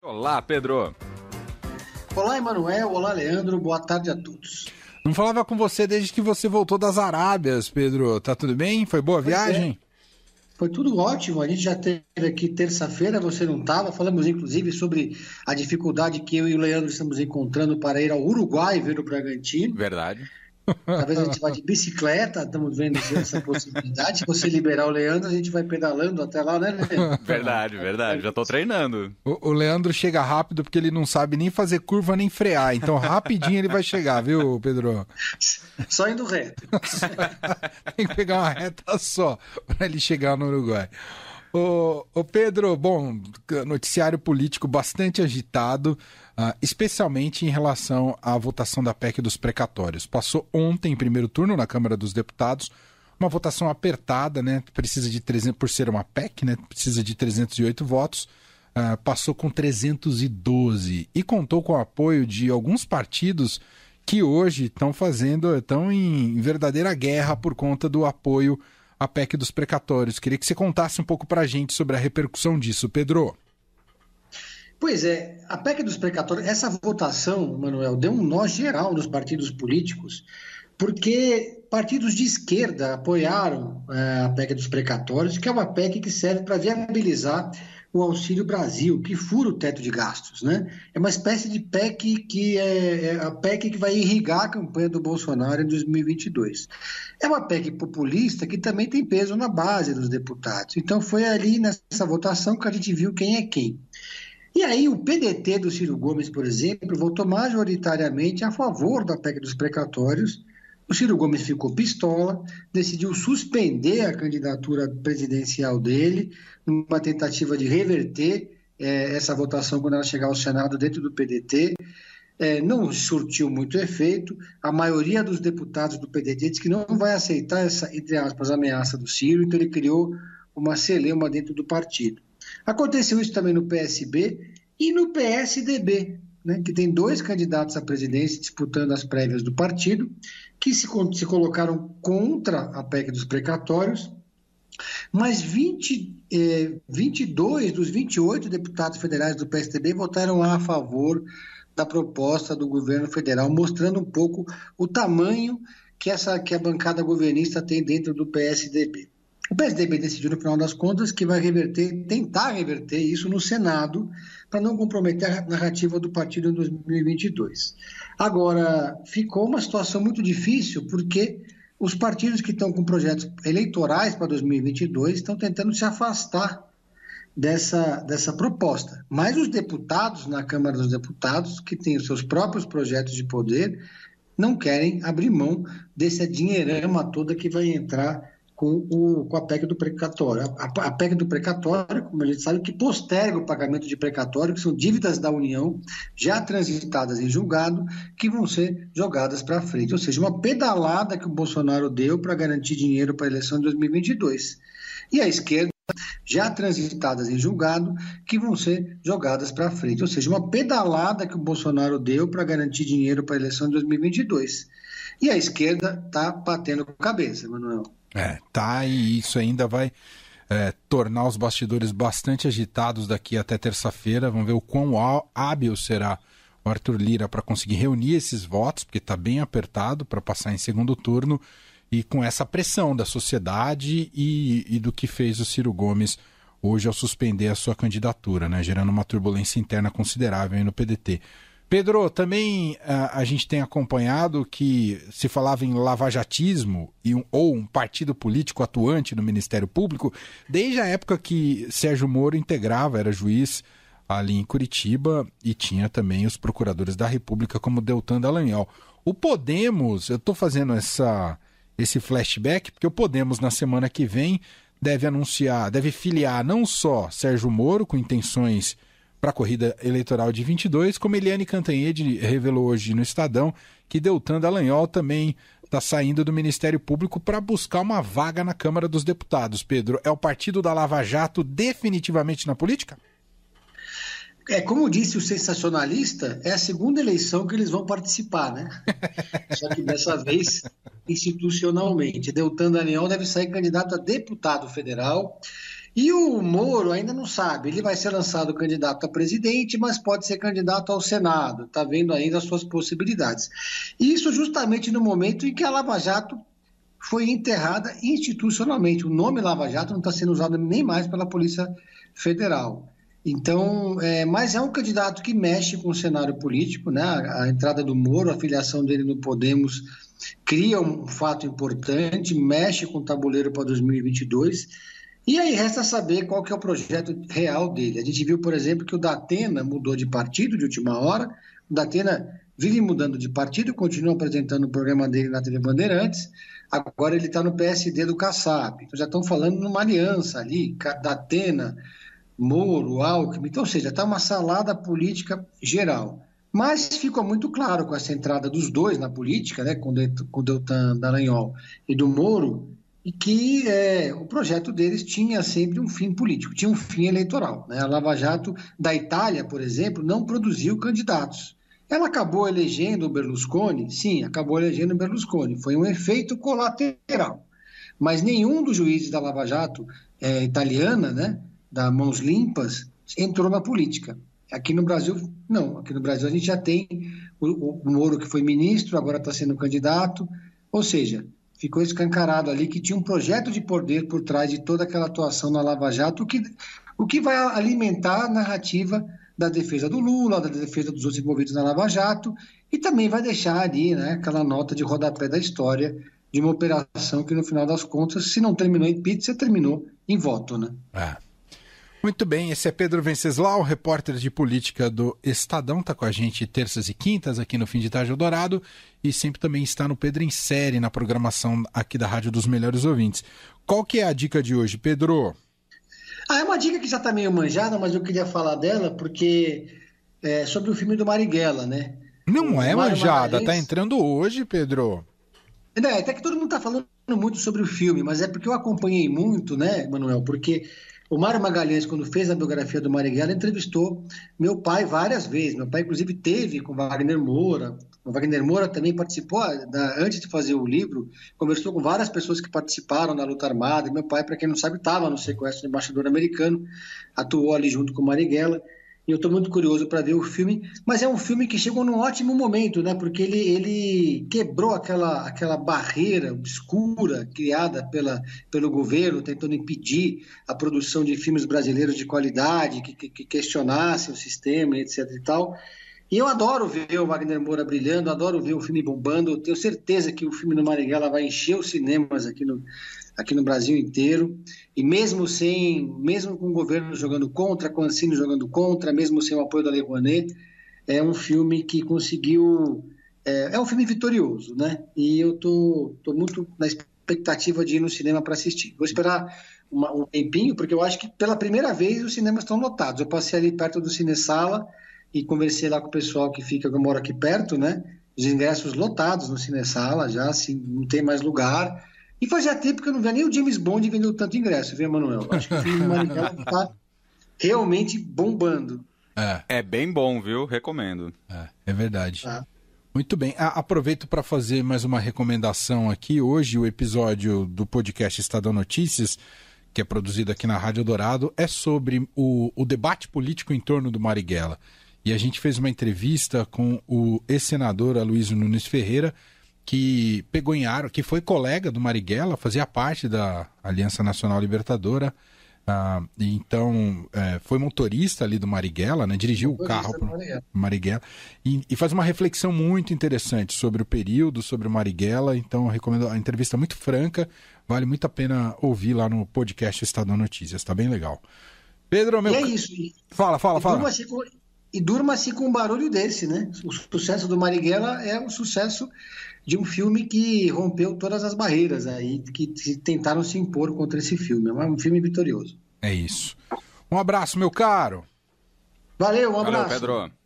Olá, Pedro. Olá, Emanuel. Olá, Leandro. Boa tarde a todos. Não falava com você desde que você voltou das Arábias, Pedro. Tá tudo bem? Foi boa a viagem? Foi tudo ótimo. A gente já teve aqui terça-feira, você não estava. Falamos, inclusive, sobre a dificuldade que eu e o Leandro estamos encontrando para ir ao Uruguai ver o Bragantino. Verdade. Talvez a gente vá de bicicleta, estamos vendo essa possibilidade. Se você liberar o Leandro, a gente vai pedalando até lá, né, Leandro? Verdade. Já estou treinando. O Leandro chega rápido porque ele não sabe nem fazer curva nem frear. Então, rapidinho ele vai chegar, viu, Pedro? Só indo reto. Tem que pegar uma reta só para ele chegar no Uruguai. Ô Pedro, bom, noticiário político bastante agitado, especialmente em relação à votação da PEC dos precatórios. Passou ontem, em primeiro turno, na Câmara dos Deputados, uma votação apertada, né? Precisa de 300, por ser uma PEC, né? Precisa de 308 votos, passou com 312 e contou com o apoio de alguns partidos que hoje estão em verdadeira guerra por conta do apoio a PEC dos precatórios. Queria que você contasse um pouco para a gente sobre a repercussão disso, Pedro. Pois é, a PEC dos precatórios, essa votação, Manuel, deu um nó geral nos partidos políticos, porque partidos de esquerda apoiaram a PEC dos precatórios, que é uma PEC que serve para viabilizar o Auxílio Brasil, que fura o teto de gastos, né? É uma espécie de PEC que é a PEC que vai irrigar a campanha do Bolsonaro em 2022. É uma PEC populista que também tem peso na base dos deputados. Então foi ali nessa votação que a gente viu quem é quem. E aí o PDT do Ciro Gomes, por exemplo, votou majoritariamente a favor da PEC dos precatórios. O Ciro Gomes ficou pistola, decidiu suspender a candidatura presidencial dele, numa tentativa de reverter essa votação quando ela chegar ao Senado dentro do PDT. Não surtiu muito efeito. A maioria dos deputados do PDT disse que não vai aceitar essa, entre aspas, ameaça do Ciro, então ele criou uma celeuma dentro do partido. Aconteceu isso também no PSB e no PSDB, né, que tem dois candidatos à presidência disputando as prévias do partido, que se colocaram contra a PEC dos precatórios, mas 22 dos 28 deputados federais do PSDB votaram a favor da proposta do governo federal, mostrando um pouco o tamanho que a bancada governista tem dentro do PSDB. O PSDB decidiu, no final das contas, que vai tentar reverter isso no Senado, para não comprometer a narrativa do partido em 2022. Agora, ficou uma situação muito difícil, porque os partidos que estão com projetos eleitorais para 2022 estão tentando se afastar dessa proposta. Mas os deputados, na Câmara dos Deputados, que têm os seus próprios projetos de poder, não querem abrir mão dessa dinheirama toda que vai entrar com a PEC do precatório. A PEC do precatório, como a gente sabe, que posterga o pagamento de precatório, que são dívidas da União já transitadas em julgado, que vão ser jogadas para frente. Ou seja, uma pedalada que o Bolsonaro deu para garantir dinheiro para a eleição de 2022. E a esquerda, já transitadas em julgado, que vão ser jogadas para frente. Ou seja, uma pedalada que o Bolsonaro deu para garantir dinheiro para a eleição de 2022. E a esquerda está batendo cabeça, Manuel. E isso ainda vai tornar os bastidores bastante agitados daqui até terça-feira. Vamos ver o quão hábil será o Arthur Lira para conseguir reunir esses votos, porque está bem apertado para passar em segundo turno, e com essa pressão da sociedade e do que fez o Ciro Gomes hoje ao suspender a sua candidatura, né, gerando uma turbulência interna considerável aí no PDT. Pedro, também a gente tem acompanhado que se falava em lavajatismo ou um partido político atuante no Ministério Público desde a época que Sérgio Moro era juiz ali em Curitiba, e tinha também os procuradores da República como Deltan Dallagnol. O Podemos, eu estou fazendo esse flashback porque o Podemos na semana que vem deve filiar não só Sérgio Moro com intenções para a corrida eleitoral de 22, como Eliane Cantanhede revelou hoje no Estadão que Deltan Dallagnol também está saindo do Ministério Público para buscar uma vaga na Câmara dos Deputados. Pedro, é o partido da Lava Jato definitivamente na política? Como disse o sensacionalista, é a segunda eleição que eles vão participar, né? Só que dessa vez institucionalmente. Deltan Dallagnol deve sair candidato a deputado federal. E o Moro ainda não sabe, ele vai ser lançado candidato a presidente, mas pode ser candidato ao Senado, está vendo ainda as suas possibilidades. Isso justamente no momento em que a Lava Jato foi enterrada institucionalmente. O nome Lava Jato não está sendo usado nem mais pela Polícia Federal. Então, mas é um candidato que mexe com o cenário político, né? A entrada do Moro, a filiação dele no Podemos, cria um fato importante, mexe com o tabuleiro para 2022, e aí resta saber qual que é o projeto real dele. A gente viu, por exemplo, que o Datena mudou de partido de última hora, o Datena vive mudando de partido, continua apresentando o programa dele na TV Bandeirantes, agora ele está no PSD do Kassab, então já estão falando numa aliança ali, Datena, Moro, Alckmin, então, ou seja, está uma salada política geral. Mas ficou muito claro com essa entrada dos dois na política, né, com o Deltan Dallagnol e do Moro, e que o projeto deles tinha sempre um fim político, tinha um fim eleitoral, né? A Lava Jato da Itália, por exemplo, não produziu candidatos. Ela acabou elegendo o Berlusconi? Sim, acabou elegendo o Berlusconi. Foi um efeito colateral. Mas nenhum dos juízes da Lava Jato italiana, né, da Mãos Limpas, entrou na política. Aqui no Brasil, não. Aqui no Brasil a gente já tem o Moro, que foi ministro, agora está sendo candidato. Ou seja, ficou escancarado ali que tinha um projeto de poder por trás de toda aquela atuação na Lava Jato, o que vai alimentar a narrativa da defesa do Lula, da defesa dos outros envolvidos na Lava Jato, e também vai deixar ali, né, aquela nota de rodapé da história de uma operação que, no final das contas, se não terminou em pizza, terminou em voto, né? Muito bem, esse é Pedro Venceslau, repórter de política do Estadão, está com a gente terças e quintas aqui no Fim de Tarde Eldorado e sempre também está no Pedro em Série, na programação aqui da Rádio dos Melhores Ouvintes. Qual que é a dica de hoje, Pedro? É uma dica que já está meio manjada, mas eu queria falar dela porque é sobre o filme do Marighella, né? Não é manjada, está entrando hoje, Pedro. Até que todo mundo está falando muito sobre o filme, mas é porque eu acompanhei muito, né, Manuel? Porque o Mário Magalhães, quando fez a biografia do Marighella, entrevistou meu pai várias vezes. Meu pai, inclusive, teve com Wagner Moura. O Wagner Moura também participou, antes de fazer o livro, conversou com várias pessoas que participaram da luta armada. Meu pai, para quem não sabe, estava no sequestro do embaixador americano, atuou ali junto com o Marighella. E eu estou muito curioso para ver o filme, mas é um filme que chegou num ótimo momento, né? Porque ele quebrou aquela barreira obscura criada pelo governo, tentando impedir a produção de filmes brasileiros de qualidade, que questionassem o sistema, etc. e tal. E eu adoro ver o Wagner Moura brilhando, adoro ver o filme bombando. Eu tenho certeza que o filme do Marighella vai encher os cinemas aqui no Brasil inteiro. E mesmo com o governo jogando contra, com a Ancine jogando contra, mesmo sem o apoio da Lei Rouanet, é um filme que conseguiu... É um filme vitorioso, né? E eu tô muito na expectativa de ir no cinema para assistir. Vou esperar um tempinho, porque eu acho que pela primeira vez os cinemas estão lotados. Eu passei ali perto do Cinesala e conversei lá com o pessoal que mora aqui perto, né? Os ingressos lotados no Cinesala, já assim, não tem mais lugar. E fazia tempo que eu não via nem o James Bond vendendo tanto ingresso, viu, Manuel? Acho que o filme do Marighella está realmente bombando. É bem bom, viu? Recomendo. É verdade. Muito bem. Aproveito para fazer mais uma recomendação aqui. Hoje o episódio do podcast Estadão Notícias, que é produzido aqui na Rádio Dourado, é sobre o debate político em torno do Marighella. E a gente fez uma entrevista com o ex-senador Aloysio Nunes Ferreira, que pegou em Armas, que foi colega do Marighella, fazia parte da Aliança Nacional Libertadora, então foi motorista ali do Marighella, né, dirigiu o carro para o Marighella, e faz uma reflexão muito interessante sobre o período, sobre o Marighella. Então eu recomendo a entrevista muito franca, vale muito a pena ouvir lá no podcast Estadão Notícias, tá bem legal. Pedro, meu... E é isso. Fala. E durma-se com um barulho desse, né? O sucesso do Marighella é um sucesso de um filme que rompeu todas as barreiras aí, que tentaram se impor contra esse filme. É um filme vitorioso. É isso. Um abraço, meu caro. Valeu, um abraço. Valeu, Pedro.